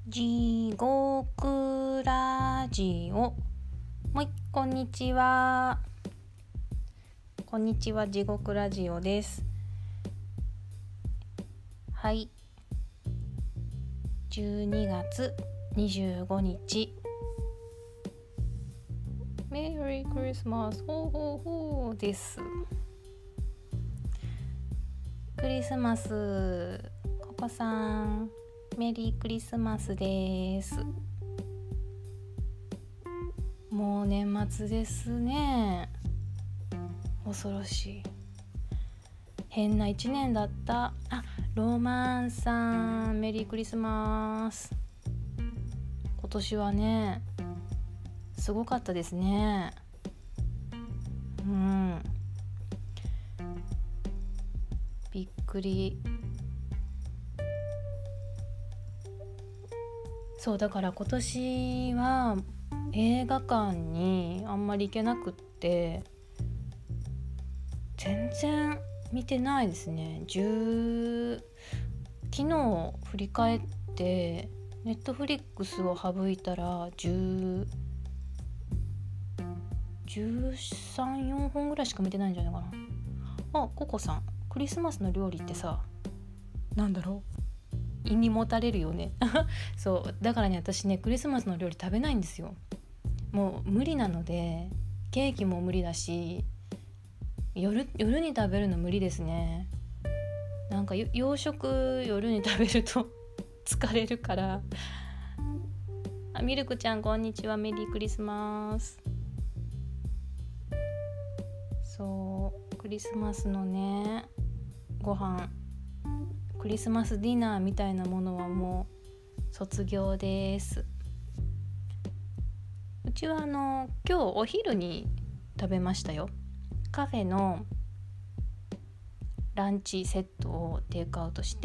地獄ラジオ。こんにちは。こんにちは、地獄ラジオです。はい。12月25日。メリークリスマス。ほうほうほうです。クリスマス。ココさん。メリークリスマスです。もう年末ですね。恐ろしい。変な一年だった。ロマンさん、メリークリスマス。今年はね、すごかったですね。びっくり。そうだから今年は映画館にあんまり行けなくって全然見てないですね。昨日振り返ってネットフリックスを省いたら13、4本ぐらいしか見てないんじゃないかな。ココさん、クリスマスの料理ってさ、なんだろう、胃にもたれるよねそうだからね、私ねクリスマスの料理食べないんですよ。もう無理なので、ケーキも無理だし、夜に食べるの無理ですね。なんか洋食夜に食べると疲れるから。ミルクちゃんこんにちは、メリークリスマス。そうクリスマスのねご飯、クリスマスディナーみたいなものはもう卒業です。うちは今日お昼に食べましたよ。カフェのランチセットをテイクアウトして、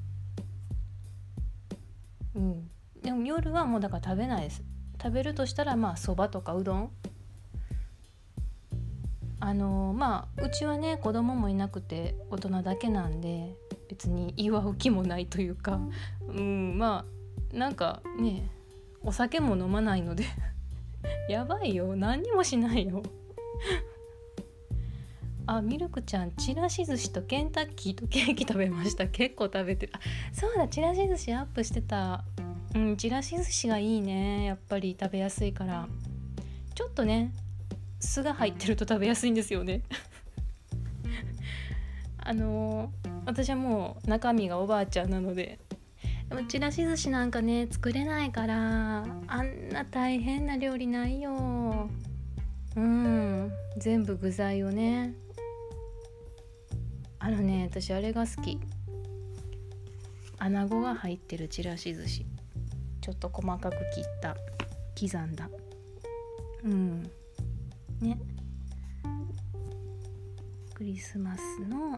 でも夜はもうだから食べないです。食べるとしたらそばとかうどん。うちはね子供もいなくて大人だけなんで別に祝う気もないというか、なんかねお酒も飲まないのでやばいよ、何にもしないよミルクちゃん、ちらし寿司とケンタッキーとケーキ食べました。結構食べてる。そうだ、ちらし寿司アップしてた。ちらし寿司がいいね。やっぱり食べやすいから。ちょっとね酢が入ってると食べやすいんですよね私はもう中身がおばあちゃんなので。でもちらし寿司なんかね作れないから、あんな大変な料理ないよ。全部具材をね、私あれが好き。穴子が入ってるちらし寿司、ちょっと細かく刻んだね。クリスマスの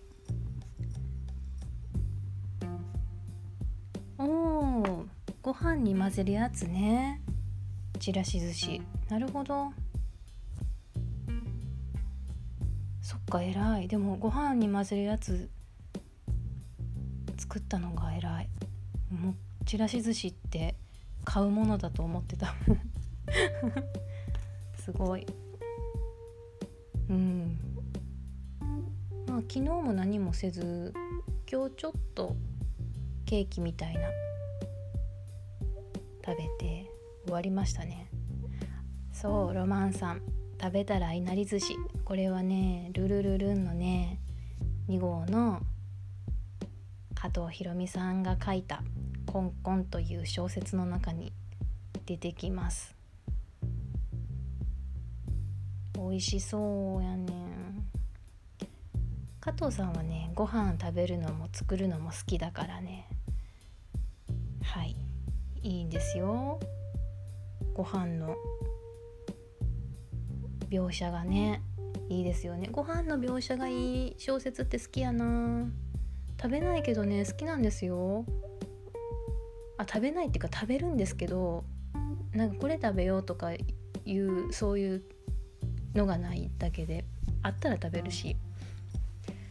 ご飯に混ぜるやつね、ちらし寿司。なるほど、そっか、偉い。でもご飯に混ぜるやつ作ったのが偉い。もうちらし寿司って買うものだと思ってたすごい。昨日も何もせず、今日ちょっとケーキみたいな食べて終わりましたね。そう、ロマンさん、食べたらいなり寿司。これはねルルルルンのね2号の加藤博美さんが書いたコンコンという小説の中に出てきます。美味しそうやねん。加藤さんはねご飯食べるのも作るのも好きだからね、はいいいんですよ。ご飯の描写がねいいですよね。ご飯の描写がいい小説って好きやな。食べないけどね好きなんですよ。食べないっていうか食べるんですけど、なんかこれ食べようとかいうそういうのがないだけで、あったら食べるし。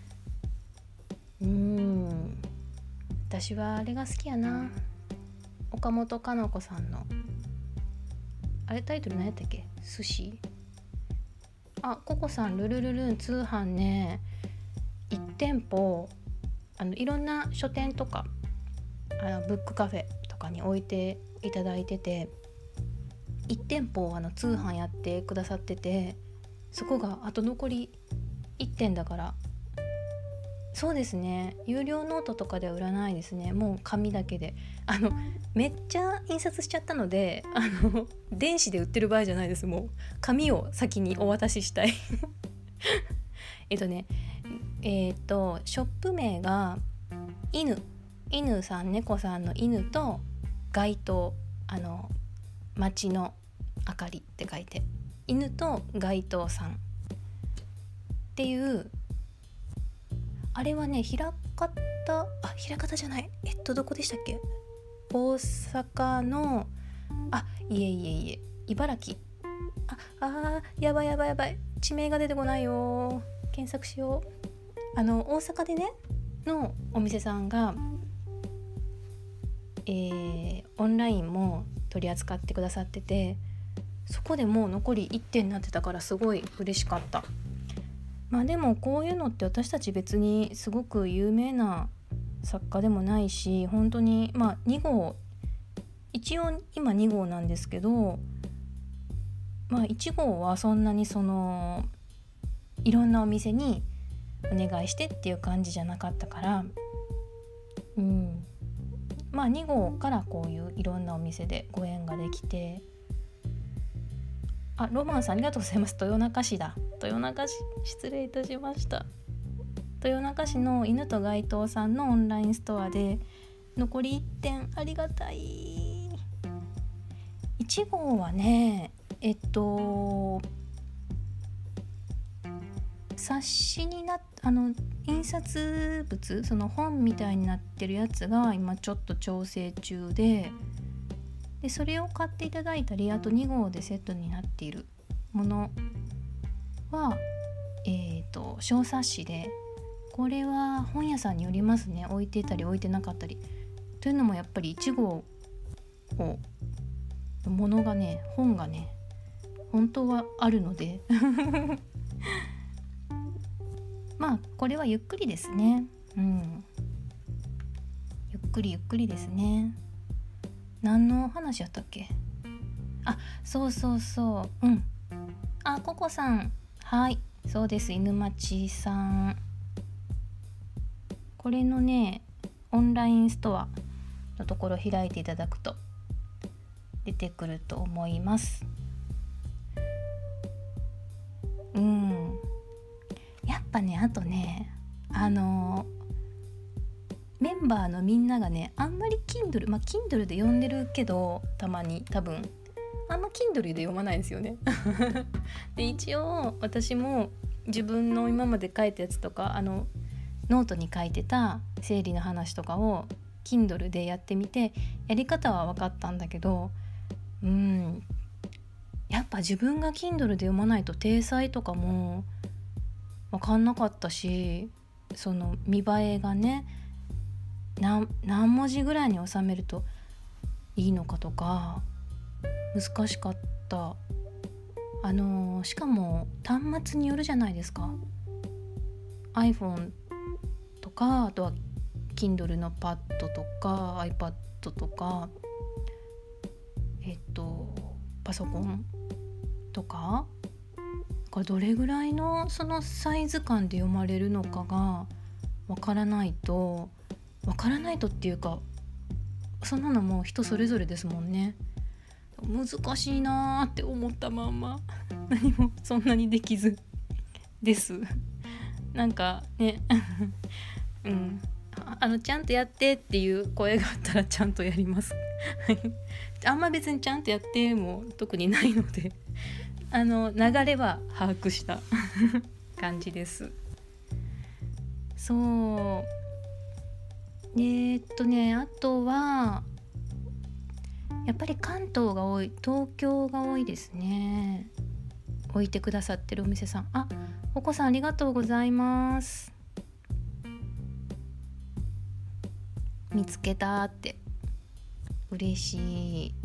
私はあれが好きやな。 岡本かの子さんのあれタイトル何やったっけ、寿司。ココさんルルルルン通販ね、1店舗いろんな書店とかブックカフェとかに置いていただいてて、1店舗通販やってくださってて、そこがあと残り1店だから、そうですね、有料ノートとかでは売らないですね。もう紙だけでめっちゃ印刷しちゃったので電子で売ってる場合じゃないです。もう紙を先にお渡ししたいショップ名が犬さん、猫さんの犬と街灯、街の明かりって書いて犬と街灯さんっていう、あれはね枚方じゃない、どこでしたっけ、大阪のいえ茨城、やばい地名が出てこないよ、検索しよう。大阪でねのお店さんが、オンラインも取り扱ってくださってて、そこでもう残り1点になってたからすごい嬉しかった。でもこういうのって私たち別にすごく有名な作家でもないし、本当に2号、一応今2号なんですけど、1号はそんなにいろんなお店にお願いしてっていう感じじゃなかったから、2号からこういういろんなお店でご縁ができて、ロマンさんありがとうございます。豊中市だ、豊中市、失礼いたしました。豊中市の犬と街灯さんのオンラインストアで残り1点、ありがたい。1号はね冊子に印刷物、その本みたいになってるやつが今ちょっと調整中で、それを買っていただいたり、あと2号でセットになっているものは小冊子で、これは本屋さんによりますね、置いてたり置いてなかったりというのも、やっぱり1号のものがね、本がね本当はあるのでこれはゆっくりですね。ゆっくりですね。何の話やったっけ。そう、ココさん、はいそうです、犬町さん、これのねオンラインストアのところ開いていただくと出てくると思います。やっぱね、あとねメンバーのみんながね、あんまり Kindle で読んでるけど、たまに多分あんま Kindle で読まないんですよねで一応私も自分の今まで書いたやつとかノートに書いてた生理の話とかを Kindle でやってみて、やり方は分かったんだけど、やっぱ自分が Kindle で読まないと体裁とかも分かんなかったし、その見栄えがね何文字ぐらいに収めるといいのかとか難しかった。しかも端末によるじゃないですか。 iPhone とか、あとは Kindle のパッドとか iPad とかパソコンとか、どれぐらいのそのサイズ感で読まれるのかがわからないとっていうか、そんなのもう人それぞれですもんね。難しいなって思ったまんま何もそんなにできずですなんかねちゃんとやってっていう声があったらちゃんとやりますあんま別にちゃんとやっても特にないので流れは把握した感じです。そうあとはやっぱり関東が多い、東京が多いですね。置いてくださってるお店さん、お子さんありがとうございます。見つけたって嬉しい。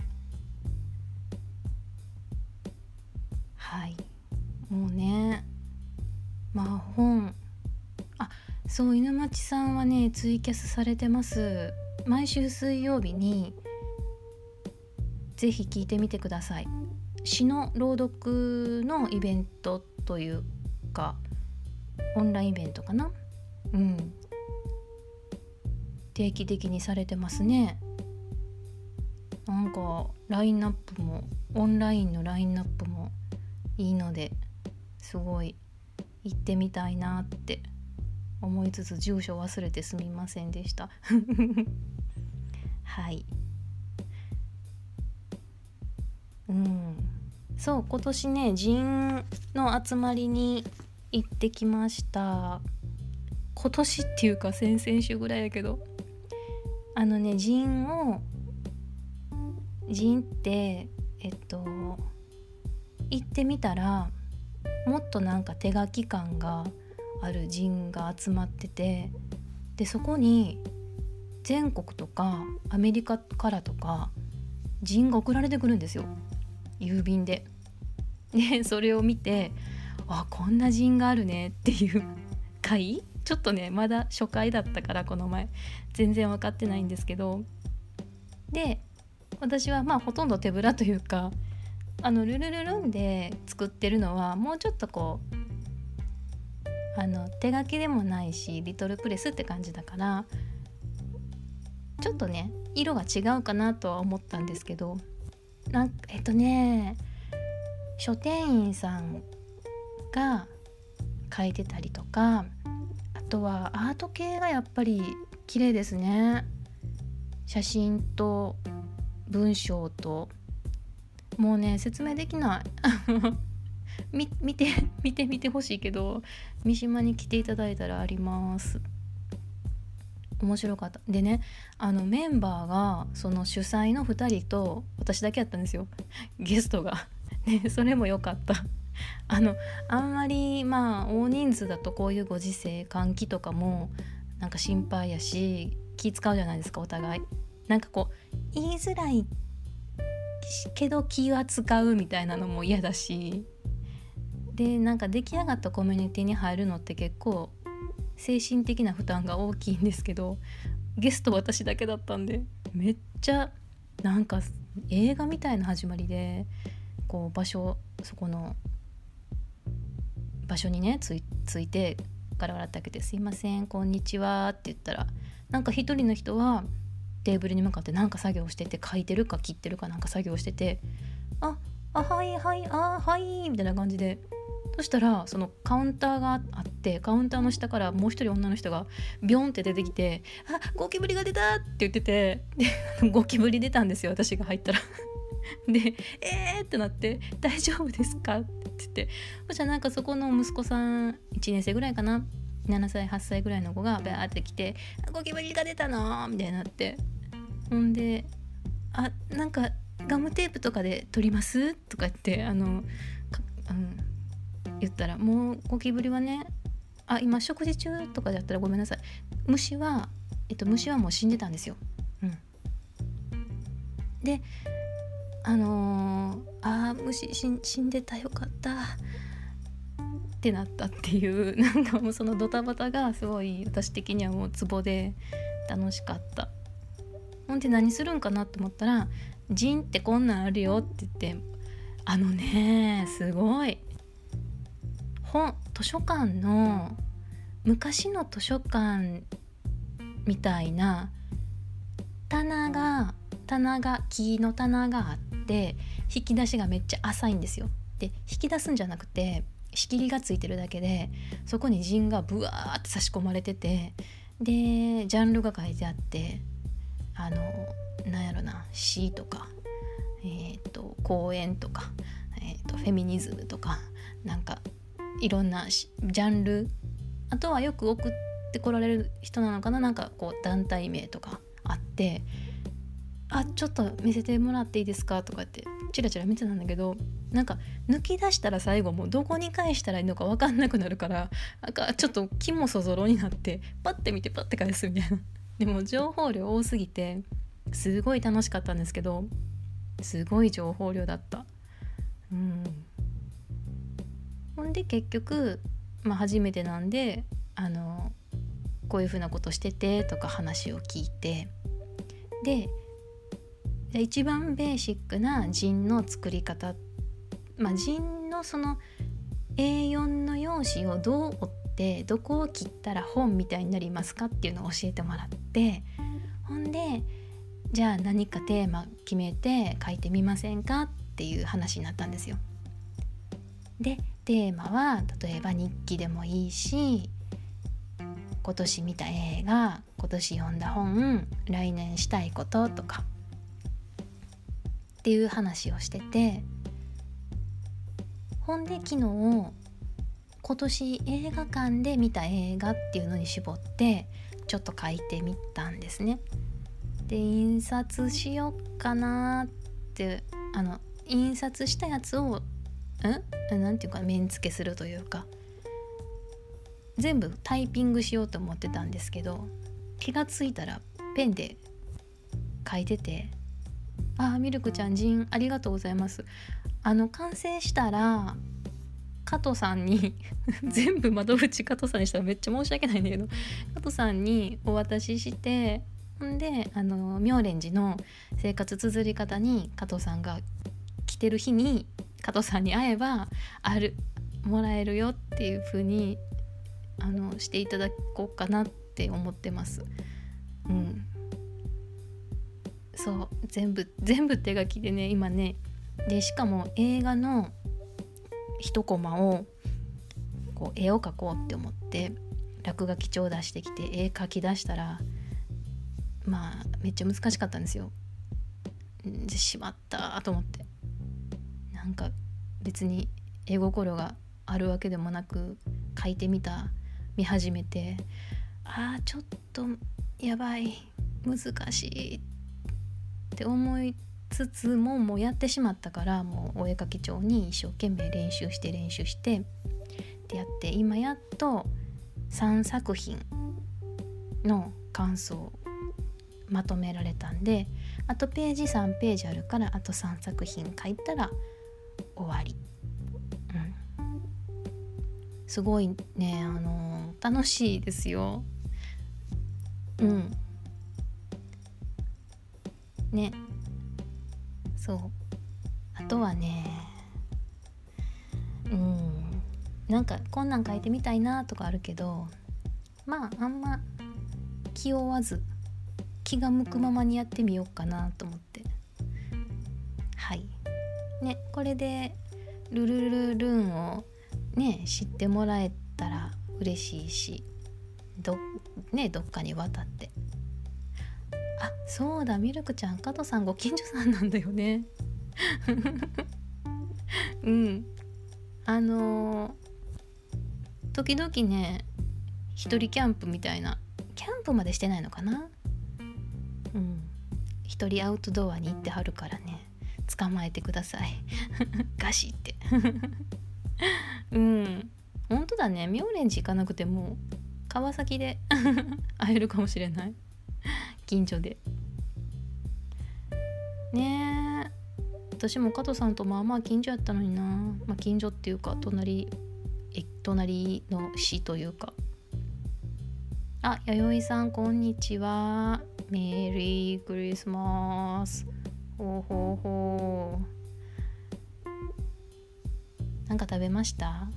はい、もうね、本、そう犬町さんはねツイキャスされてます。毎週水曜日にぜひ聞いてみてください。詩の朗読のイベントというかオンラインイベントかな、定期的にされてますね。なんかラインナップもオンラインのラインナップもいいのですごい行ってみたいなって思いつつ住所忘れてすみませんでしたはい、そう今年ねジンの集まりに行ってきました。今年っていうか先々週ぐらいやけど、ジンって行ってみたらもっとなんか手書き感があるジンが集まってて、でそこに全国とかアメリカからとかジンが送られてくるんですよ、郵便で。でそれを見て、こんなジンがあるねっていう回、ちょっとねまだ初回だったからこの前全然分かってないんですけど、で私はほとんど手ぶらというか、ルルルルンで作ってるのはもうちょっとこう手書きでもないしリトルプレスって感じだからちょっとね色が違うかなとは思ったんですけど、書店員さんが書いてたりとか、あとはアート系がやっぱり綺麗ですね。写真と文章と、もうね説明できない見てほしいけど、三島に来ていただいたらあります。面白かった。でね、メンバーがその主催の2人と私だけやったんですよ、ゲストがね、それも良かった。あんまり大人数だとこういうご時世換気とかもなんか心配やし気使うじゃないですか、お互い。なんかこう言いづらいけど気は使うみたいなのも嫌だし、でなんか出来上がったコミュニティに入るのって結構精神的な負担が大きいんですけど、ゲスト私だけだったんでめっちゃなんか映画みたいな始まりで、こうそこの場所にねついてガラガラって開けて、すいませんこんにちはって言ったら、なんか一人の人はテーブルに向かってなんか作業してて、書いてるか切ってるかなんか作業してて、はいみたいな感じで、そしたらそのカウンターがあって、カウンターの下からもう一人女の人がビョンって出てきて、ゴキブリが出たって言ってて、でゴキブリ出たんですよ私が入ったらでってなって、大丈夫ですかって言って、そしたらなんかそこの息子さん1年生ぐらいかな、7歳8歳ぐらいの子がバーって来て、ゴキブリが出たのみたいになって、ほんでなんかガムテープとかで取りますとか言って言ったら、もうゴキブリはね今食事中とかだったらごめんなさい、虫はもう死んでたんですよ、で虫死んでた、よかったってなったっていう、なんかもうそのドタバタがすごい私的にはもうツボで楽しかった。ほんで何するんかなと思ったら、ジンってこんなんあるよって言って、すごい図書館の昔の図書館みたいな棚が木の棚があって、引き出しがめっちゃ浅いんですよ。で引き出すんじゃなくて仕切りがついてるだけで、そこにジンがブワーって差し込まれてて、でジャンルが書いてあって、なんやろな、詩とか公園とか、フェミニズムとか、なんかいろんなジャンル、あとはよく送ってこられる人なのかな、なんかこう団体名とかあって、ちょっと見せてもらっていいですかとかってチラチラ見てたんだけど、なんか抜き出したら最後もうどこに返したらいいのか分かんなくなるから、なんかちょっと気もそぞろになってパッて見てパッて返すみたいな。でも情報量多すぎてすごい楽しかったんですけど、すごい情報量だった。ほんで結局、初めてなんでこういうふうなことしててとか話を聞いて、で一番ベーシックな陣の作り方、陣のその A4 の用紙をどう折ってどこを切ったら本みたいになりますかっていうのを教えてもらって、ほんでじゃあ何かテーマ決めて書いてみませんかっていう話になったんですよ。でテーマは例えば日記でもいいし、今年見た映画、今年読んだ本、来年したいこととかっていう話をしてて、ほんで昨日今年映画館で見た映画っていうのに絞ってちょっと書いてみたんですね。で印刷しよっかなって印刷したやつをなんていうか面付けするというか全部タイピングしようと思ってたんですけど、気がついたらペンで書いてて、ミルクちゃん陣ありがとうございます。完成したら加藤さんに全部窓口加藤さんにしたらめっちゃ申し訳ないんだけど、加藤さんにお渡しして、んで妙蓮寺の生活綴り方に加藤さんが来てる日に加藤さんに会えばもらえるよっていう風にしていただこうかなって思ってます。そう全部手書きでね今ね。でしかも映画の一コマをこう絵を描こうって思って落書き帳出してきて絵描き出したらめっちゃ難しかったんですよ。でしまったと思って、なんか別に絵心があるわけでもなく描いて見始めて、ちょっとやばい難しいって思いつつもうやってしまったから、もうお絵描き帳に一生懸命練習してってやって、今やっと3作品の感想をまとめられたんで、あとページ3ページあるからあと3作品書いたら終わり。すごいね楽しいですよ。ね、そうあとはねなんかこんなん書いてみたいなとかあるけど、あんま気負わず気が向くままにやってみようかなと思って、ね、これでルルルルンをね知ってもらえたら嬉しいし、どっかに渡って、そうだミルクちゃん加藤さんご近所さんなんだよね時々ね一人キャンプみたいな、キャンプまでしてないのかな、一人アウトドアに行ってはるからね、捕まえてくださいガシって本当だね、妙蓮寺行かなくても川崎で会えるかもしれない近所でね。私も加藤さんと近所やったのにな、近所っていうか隣の市というか。弥生さんこんにちは、メリークリスマス。ほうほうほう。なんか食べました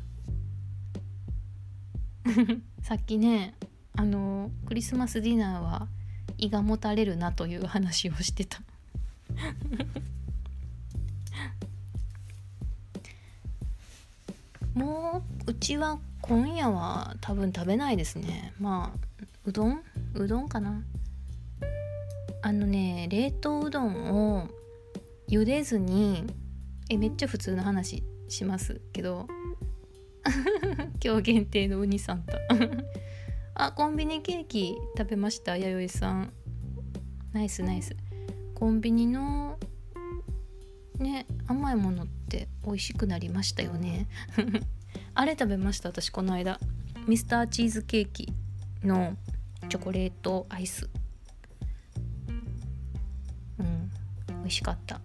さっきねクリスマスディナーは胃がもたれるなという話をしてたもううちは今夜は多分食べないですね。うどんかな。冷凍うどんを茹でずにめっちゃ普通の話しますけど今日限定のウニサンタコンビニケーキ食べました弥生さん。ナイス。コンビニのね甘いものって美味しくなりましたよねあれ食べました。私この間ミスターチーズケーキのチョコレートアイス味しかった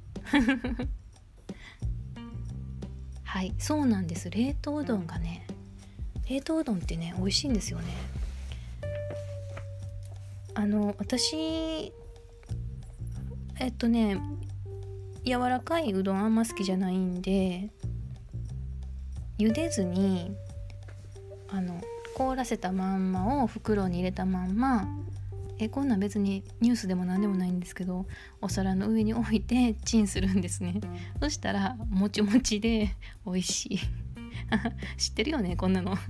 はい、そうなんです。冷凍うどんってね美味しいんですよね。私柔らかいうどんあんま好きじゃないんで、茹でずに凍らせたまんまを袋に入れたまんま、こんなん別にニュースでも何でもないんですけど、お皿の上に置いてチンするんですね。そしたらもちもちで美味しい知ってるよねこんなの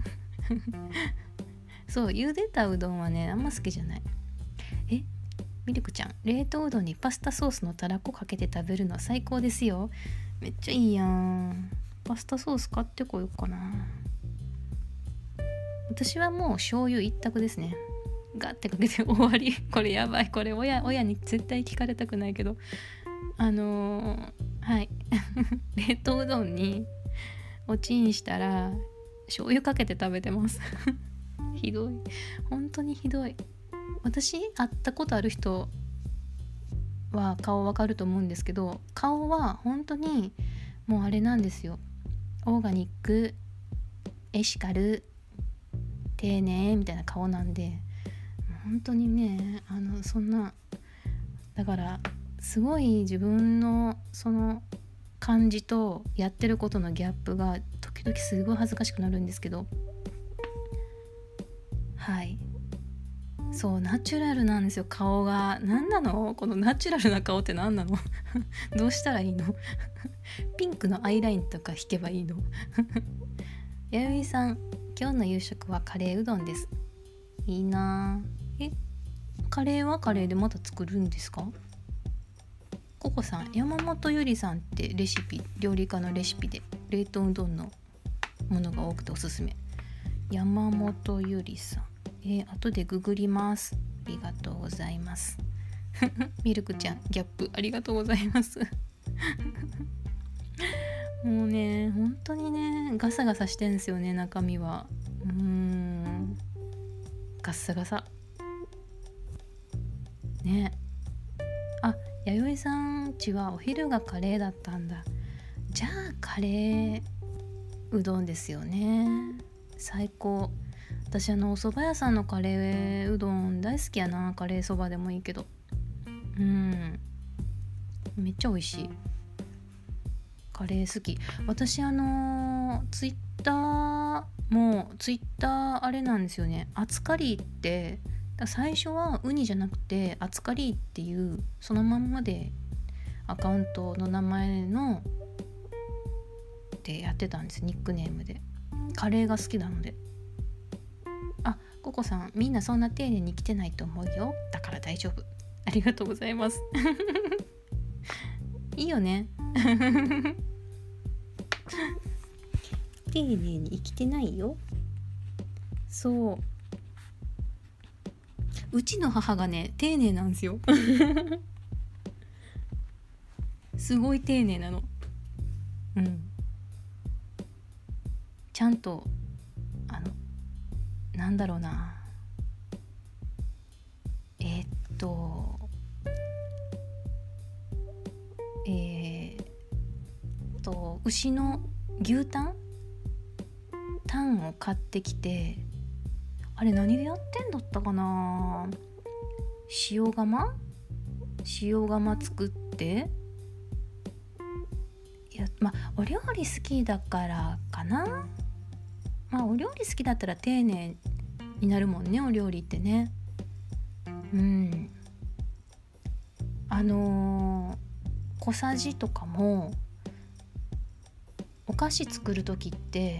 そう、茹でたうどんはねあんま好きじゃない。ミルクちゃん、冷凍うどんにパスタソースのたらこかけて食べるの最高ですよ。めっちゃいいやん。パスタソース買ってこようかな。私はもう醤油一択ですね。ガッてかけて終わりこれやばい、これ親に絶対聞かれたくないけどはい冷凍うどんにおチンしたら醤油かけて食べてますひどい、本当にひどい。私会ったことある人は顔わかると思うんですけど、顔は本当にもうあれなんですよ。オーガニック、エシカル、丁寧みたいな顔なんで、本当にねそんな、だからすごい自分のその感じとやってることのギャップが時々すごい恥ずかしくなるんですけど、はい、そうナチュラルなんですよ顔が。何なのこのナチュラルな顔って何なのどうしたらいいのピンクのアイラインとか引けばいいのやゆいさん、今日の夕食はカレーうどんです。いいな。カレーはカレーでまた作るんですか？ココさん、山本ゆりさんって料理家のレシピで冷凍うどんのものが多くておすすめ。山本ゆりさん、後でググります。ありがとうございますミルクちゃん、ギャップありがとうございますもうね本当にねガサガサしてんですよね、中身は。ガッサガサね。あ、弥生さんちはお昼がカレーだったんだ。じゃあカレーうどんですよね。最高。私お蕎麦屋さんのカレーうどん大好きやな。カレーそばでもいいけど、めっちゃ美味しい。カレー好き。私ツイッターあれなんですよね。アツカリーって最初はウニじゃなくてアツカリーっていうそのまんまでアカウントの名前のでやってたんです。ニックネームで。カレーが好きなので。あ、ココさん、みんなそんな丁寧に生きてないと思うよ。だから大丈夫。ありがとうございますいいよね丁寧に生きてないよ。そう、うちの母がね丁寧なんですよすごい丁寧なの。ちゃんとなんだろうな、牛の牛タンを買ってきて、あれ何でやってんだったかな、塩釜作って、お料理好きだからかな。お料理好きだったら丁寧になるもんね、お料理ってね。小さじとかもお菓子作る時って、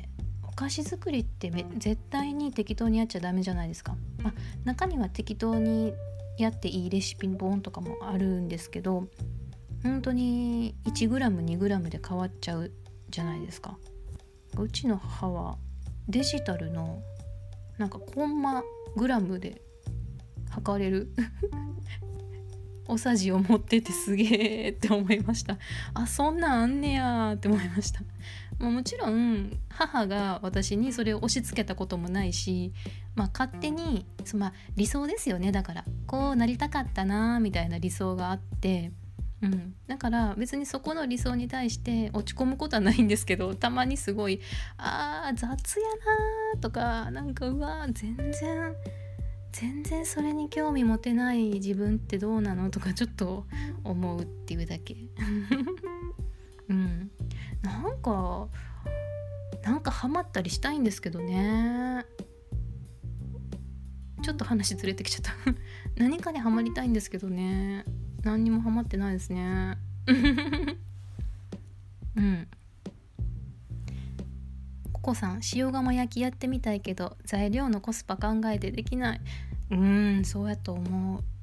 お菓子作りって絶対に適当にやっちゃダメじゃないですか。中には適当にやっていいレシピ本とかもあるんですけど、本当に 1g、2g で変わっちゃうじゃないですか。うちの母はデジタルのコンマグラムで測れるおさじを持っててすげーって思いました。そんなんあんねやーって思いました。もちろん母が私にそれを押し付けたこともないし、勝手に理想ですよね。だからこうなりたかったなみたいな理想があって、 だから別にそこの理想に対して落ち込むことはないんですけど、たまにすごい雑やなとか、なんか全然それに興味持てない自分ってどうなのとかちょっと思うっていうだけなんかハマったりしたいんですけどね。ちょっと話ずれてきちゃった何かにハマりたいんですけどね、何にもハマってないですねココさん、塩釜焼きやってみたいけど材料のコスパ考えてできない。そうやと思う。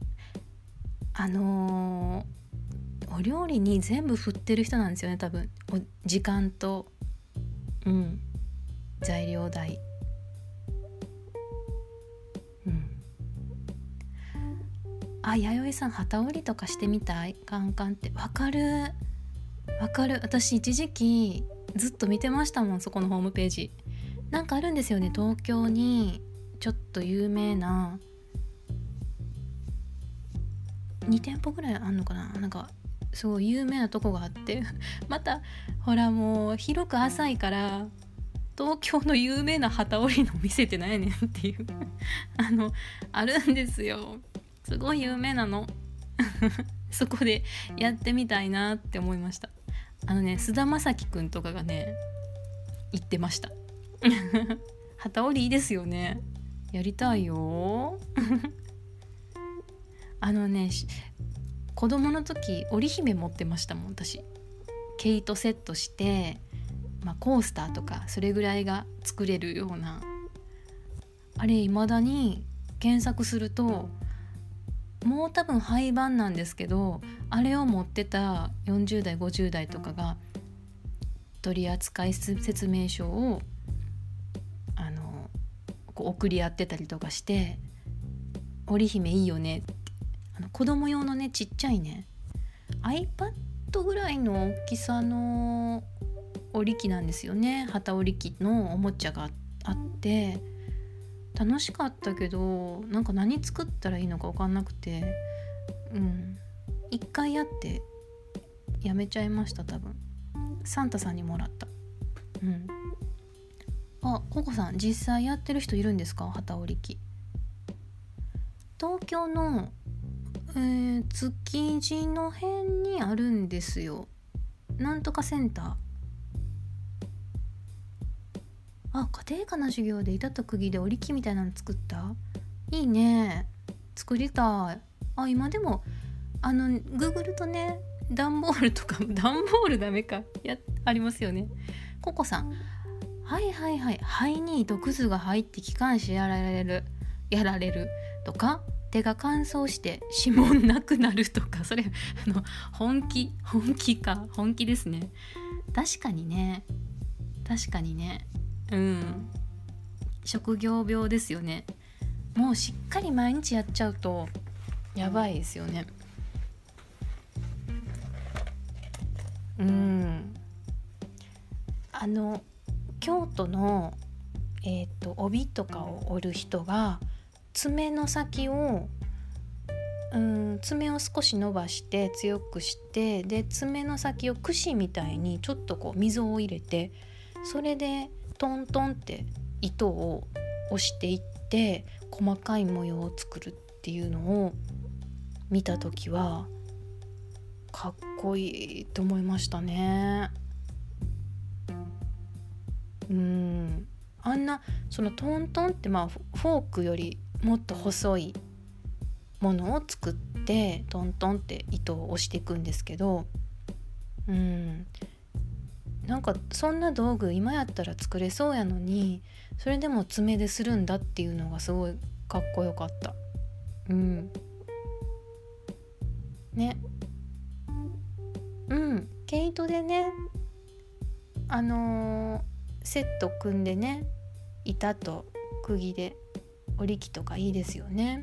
お料理に全部振ってる人なんですよね、多分。時間と材料代。弥生さん、機織りとかしてみたい。カンカンって。わかる。私一時期ずっと見てましたもん、そこのホームページ。なんかあるんですよね、東京にちょっと有名な2店舗ぐらいあんのかな、なんかすごい有名なとこがあってまたほらもう広く浅いから東京の有名な機織りの店って何やねんっていうあるんですよ、すごい有名なのそこでやってみたいなって思いました。菅田将暉くんとかがね言ってました機織りいいですよね、やりたいよ子供の時織姫持ってましたもん私。毛糸セットして、コースターとかそれぐらいが作れるようなあれ、未だに検索するともう多分廃盤なんですけど、あれを持ってた40代50代とかが取扱説明書をこう送り合ってたりとかして、織姫いいよねって、子供用のねちっちゃいね iPad ぐらいの大きさの織り機なんですよね。機織り機のおもちゃがあって楽しかったけど、なんか何作ったらいいのか分かんなくて、一回やってやめちゃいました。多分サンタさんにもらった。ココさん、実際やってる人いるんですか、機織り機。東京の、築地の辺にあるんですよ、なんとかセンター。家庭科の授業で板と釘で織り機みたいなの作った。いいね、作りたい。今でもググるとね、段ボールとか段ボールダメかありますよね。ココさん、肺に糸くずが入って気管支やられるとか、手が乾燥して指紋なくなるとか、それ本気ですね。確かにね職業病ですよね。もうしっかり毎日やっちゃうとやばいですよね。京都の帯とかを織る人が爪の先を爪を少し伸ばして強くして、で爪の先を櫛みたいにちょっとこう溝を入れて、それでトントンって糸を押していって細かい模様を作るっていうのを見たときはかっこいいと思いましたね。あんなそのトントンってフォークよりもっと細いものを作ってトントンって糸を押していくんですけど、なんかそんな道具今やったら作れそうやのに、それでも爪でするんだっていうのがすごいかっこよかった。ね、毛糸でね、セット組んでね、板と釘で織り機とかいいですよね。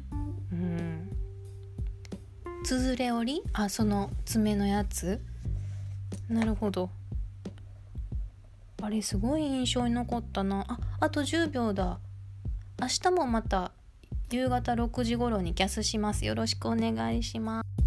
つづれ織り、その爪のやつ、なるほど。あれすごい印象に残ったな。あと10秒だ。明日もまた夕方6時頃にキャスします。よろしくお願いします。